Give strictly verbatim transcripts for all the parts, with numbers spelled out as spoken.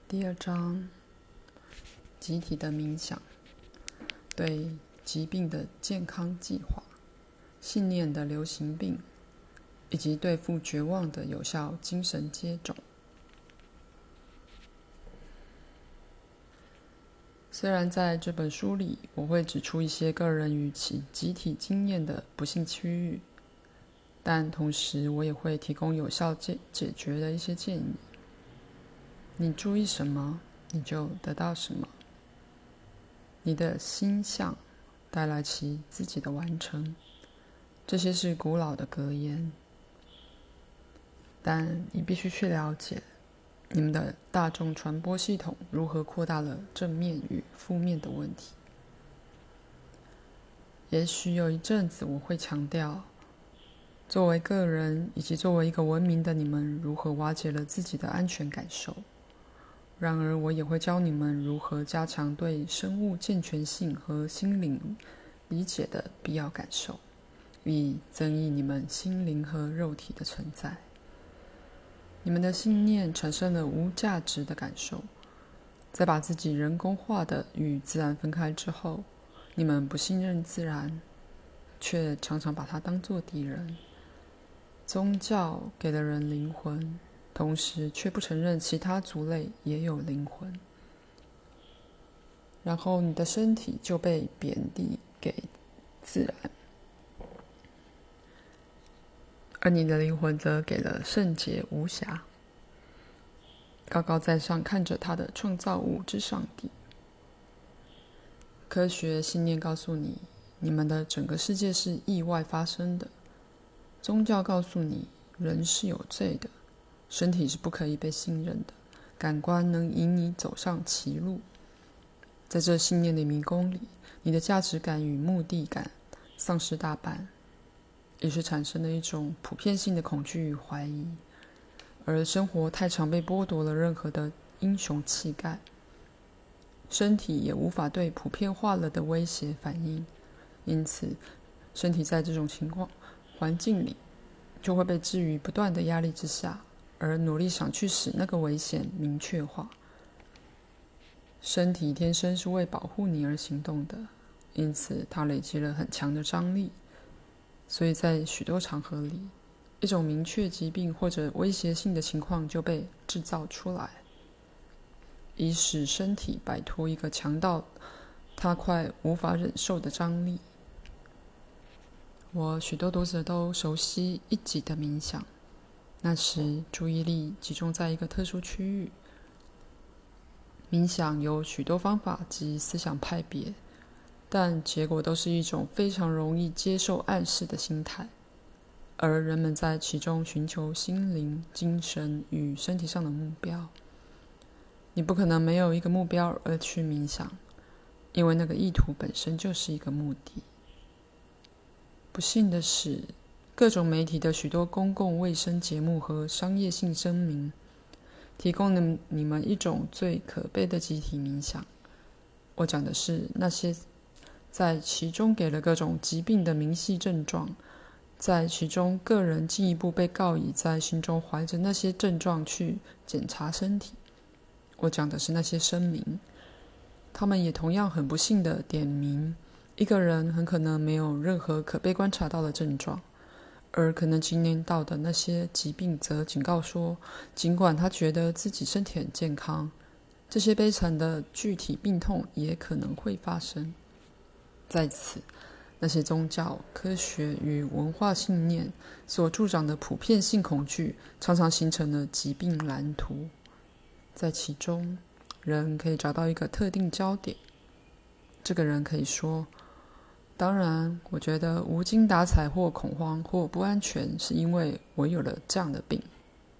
第二章，集体的冥想，对疾病的健康计划，信念的流行病，以及对付绝望的有效精神接种。虽然在这本书里，我会指出一些个人与其集体经验的不幸区域，但同时我也会提供有效解解决的一些建议。你注意什么，你就得到什么。你的心象带来其自己的完成，这些是古老的格言。但你必须去了解，你们的大众传播系统如何扩大了正面与负面的问题。也许有一阵子我会强调，作为个人以及作为一个文明的你们如何瓦解了自己的安全感受。然而我也会教你们如何加强对生物健全性和心灵理解的必要感受，以增益你们心灵和肉体的存在。你们的信念产生了无价值的感受，在把自己人工化的与自然分开之后，你们不信任自然，却常常把它当作敌人。宗教给了人灵魂，同时却不承认其他族类也有灵魂，然后你的身体就被贬低给自然，而你的灵魂则给了圣洁无瑕，高高在上看着他的创造物之上帝。科学信念告诉你，你们的整个世界是意外发生的。宗教告诉你，人是有罪的，身体是不可以被信任的，感官能引你走上歧路。在这信念的迷宫里，你的价值感与目的感丧失大半，于是产生了一种普遍性的恐惧与怀疑，而生活太常被剥夺了任何的英雄气概，身体也无法对普遍化了的威胁反应，因此身体在这种情况环境里就会被置于不断的压力之下，而努力想去使那个危险明确化。身体天生是为保护你而行动的，因此它累积了很强的张力，所以在许多场合里，一种明确疾病或者威胁性的情况就被制造出来，以使身体摆脱一个强到它快无法忍受的张力。我许多读者都熟悉一级的冥想，那时注意力集中在一个特殊区域。冥想有许多方法及思想派别，但结果都是一种非常容易接受暗示的心态，而人们在其中寻求心灵、精神与身体上的目标。你不可能没有一个目标而去冥想，因为那个意图本身就是一个目的。不幸的是，各种媒体的许多公共卫生节目和商业性声明提供了你们一种最可悲的集体冥想。我讲的是那些在其中给了各种疾病的明细症状，在其中个人进一步被告以在心中怀着那些症状去检查身体。我讲的是那些声明，他们也同样很不幸地点明一个人很可能没有任何可被观察到的症状，而可能经验到的那些疾病则警告说，尽管他觉得自己身体很健康，这些悲惨的具体病痛也可能会发生。在此，那些宗教、科学与文化信念所助长的普遍性恐惧常常形成了疾病蓝图，在其中人可以找到一个特定焦点。这个人可以说，当然我觉得无精打采或恐慌或不安全是因为我有了这样的病。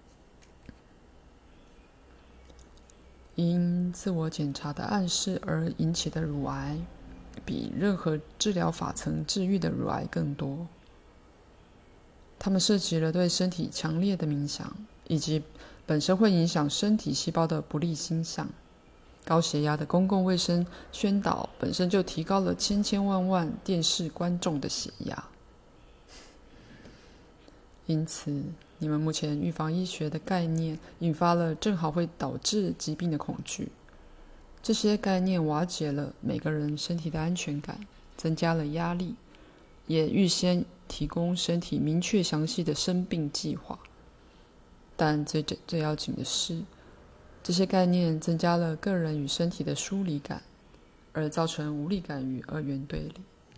因自我检查的暗示而引起的乳癌比任何治疗法曾治愈的乳癌更多。它们涉及了对身体强烈的冥想，以及本身会影响身体细胞的不利星象。高血压的公共卫生宣导本身就提高了千千万万电视观众的血压。 因此，你们目前预防医学的概念引发了正好会导致疾病的恐惧。这些概念瓦解了每个人身体的安全感，增加了压力，也预先提供身体明确详细的生病计划。但最最要紧的是，这些概念增加了个人与身体的疏离感，而造成无力感与二元对立。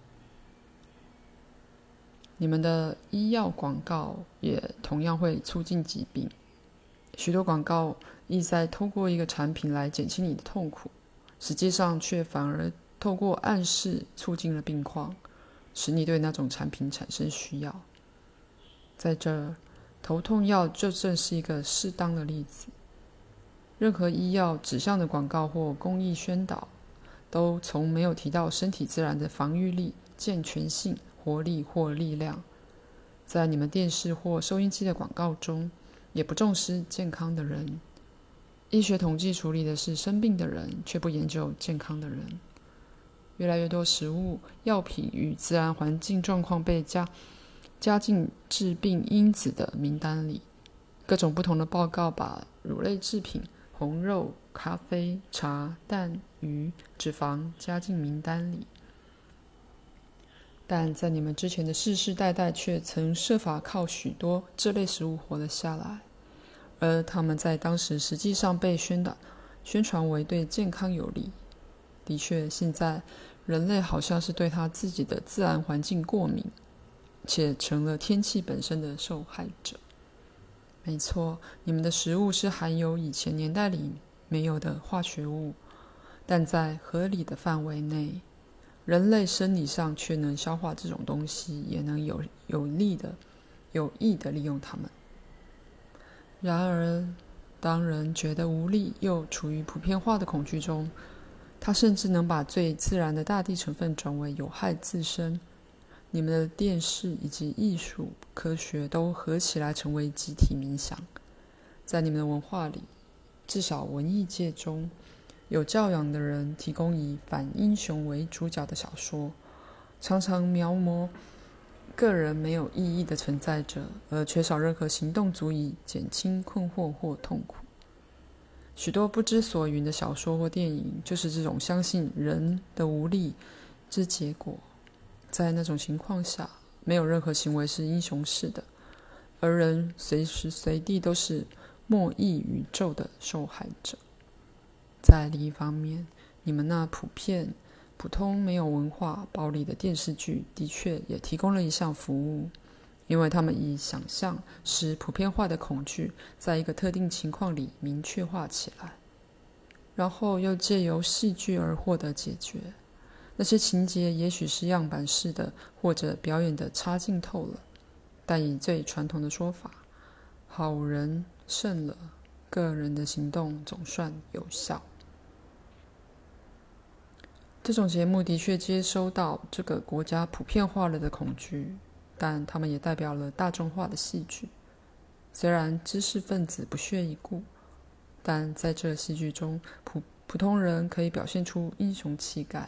你们的医药广告也同样会促进疾病。许多广告意在透过一个产品来减轻你的痛苦，实际上却反而透过暗示促进了病况，使你对那种产品产生需要。在这儿，头痛药就正是一个适当的例子。任何医药指向的广告或公益宣导，都从没有提到身体自然的防御力、健全性、活力或力量。在你们电视或收音机的广告中，也不重视健康的人。医学统计处理的是生病的人，却不研究健康的人。越来越多食物、药品与自然环境状况被加加进致病因子的名单里。各种不同的报告把乳类制品、红肉、咖啡、茶、蛋、鱼、脂肪加进名单里。但在你们之前的世世代代却曾设法靠许多这类食物活了下来，而他们在当时实际上被宣导宣传为对健康有利。的确，现在人类好像是对他自己的自然环境过敏，且成了天气本身的受害者。没错，你们的食物是含有以前年代里没有的化学物，但在合理的范围内，人类生理上却能消化这种东西，也能有有力的、有益的利用它们。然而，当人觉得无力，又处于普遍化的恐惧中，他甚至能把最自然的大地成分转为有害自身。你们的电视以及艺术、科学都合起来成为集体冥想。在你们的文化里，至少文艺界中，有教养的人提供以反英雄为主角的小说，常常描摹个人没有意义的存在着，而缺少任何行动足以减轻困惑或痛苦。许多不知所云的小说或电影，就是这种相信人的无力之结果。在那种情况下，没有任何行为是英雄式的，而人随时随地都是末异宇宙的受害者。在另一方面，你们那普遍、普通没有文化、暴力的电视剧的确也提供了一项服务，因为他们以想象使普遍化的恐惧在一个特定情况里明确化起来，然后又借由戏剧而获得解决。那些情节也许是样板式的，或者表演的差劲透了，但以最传统的说法，好人胜了，个人的行动总算有效。这种节目的确接收到这个国家普遍化了的恐惧，但他们也代表了大众化的戏剧。虽然知识分子不屑一顾，但在这戏剧中，普普通人可以表现出英雄气概，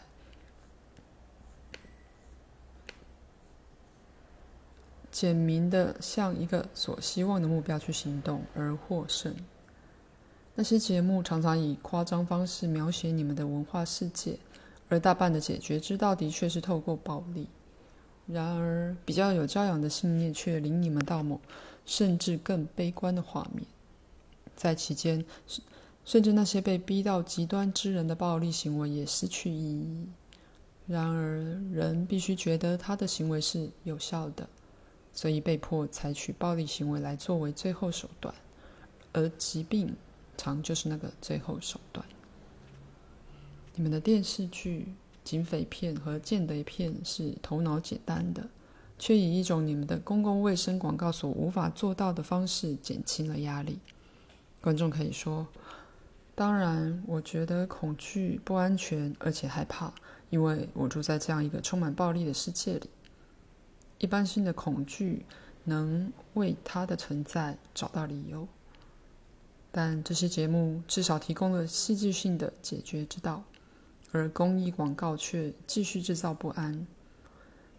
简明地向一个所希望的目标去行动而获胜。那些节目常常以夸张方式描写你们的文化世界，而大半的解决之道的确是透过暴力。然而，比较有教养的信念却领你们到某甚至更悲观的画面。在其间，甚至那些被逼到极端之人的暴力行为也失去意义。然而，人必须觉得他的行为是有效的，所以被迫采取暴力行为来作为最后手段，而疾病常就是那个最后手段。你们的电视剧、警匪片和间谍片是头脑简单的，却以一种你们的公共卫生广告所无法做到的方式减轻了压力。观众可以说，当然我觉得恐惧、不安全而且害怕，因为我住在这样一个充满暴力的世界里。一般性的恐惧能为它的存在找到理由，但这些节目至少提供了戏剧性的解决之道，而公益广告却继续制造不安。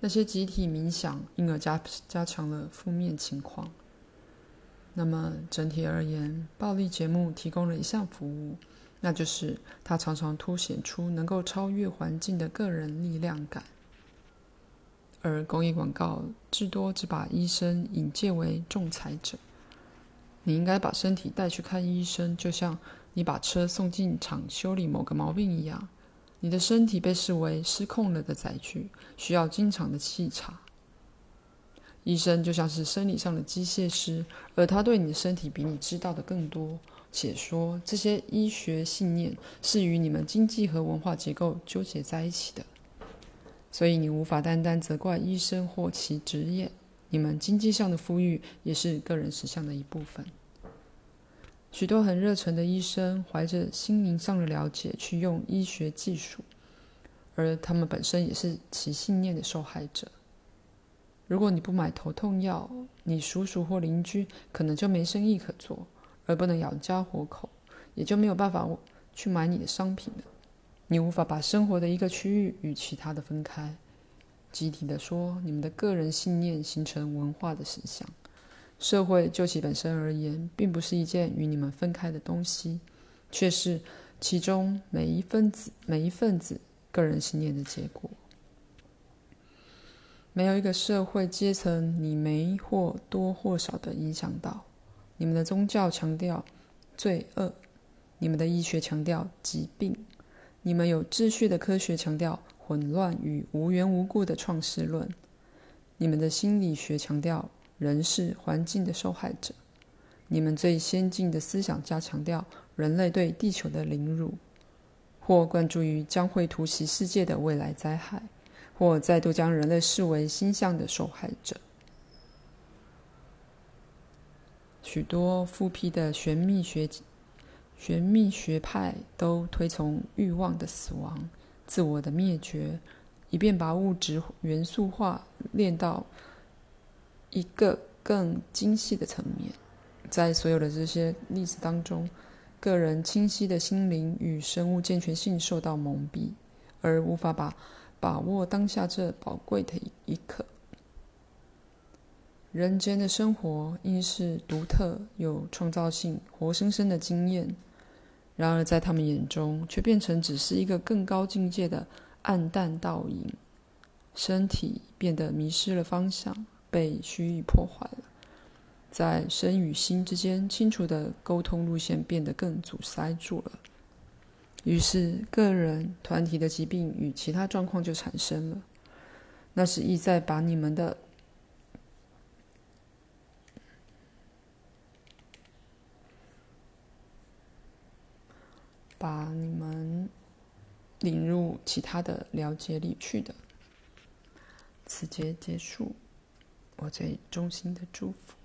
那些集体冥想因而加加强了负面情况。那么整体而言，暴力节目提供了一项服务，那就是它常常凸显出能够超越环境的个人力量感。而公益广告至多只把医生引介为仲裁者。你应该把身体带去看医生，就像你把车送进厂修理某个毛病一样。你的身体被视为失控了的载具，需要经常的沏查。医生就像是生理上的机械师，而他对你的身体比你知道的更多，且说这些医学信念是与你们经济和文化结构纠结在一起的。所以你无法单单责怪医生或其职业，你们经济上的富裕也是个人实相的一部分。许多很热忱的医生怀着心灵上的了解去用医学技术，而他们本身也是其信念的受害者。如果你不买头痛药，你叔叔或邻居可能就没生意可做，而不能养家活口，也就没有办法去买你的商品了。你无法把生活的一个区域与其他的分开。集体的说，你们的个人信念形成文化的实相。社会就其本身而言，并不是一件与你们分开的东西，却是其中每一分子每一分子个人信念的结果。没有一个社会阶层你没或多或少地影响到。你们的宗教强调罪恶，你们的医学强调疾病，你们有秩序的科学强调混乱与无缘无故的创世论，你们的心理学强调人是环境的受害者，你们最先进的思想家强调人类对地球的凌辱，或关注于将会突袭世界的未来灾害，或再度将人类视为星象的受害者。许多复辟的玄秘学玄秘学派都推崇欲望的死亡、自我的灭绝，以便把物质元素化练到一个更精细的层面。在所有的这些例子当中，个人清晰的心灵与生物健全性受到蒙蔽，而无法把把握当下这宝贵的一刻。人间的生活应是独特有创造性、活生生的经验，然而在他们眼中却变成只是一个更高境界的暗淡倒影。身体变得迷失了方向，被虚拟破坏了，在身与心之间清楚的沟通路线变得更阻塞住了。于是个人、团体的疾病与其他状况就产生了。那是意在把你们的把你们领入其他的了解里去的。此节结束，我最衷心的祝福。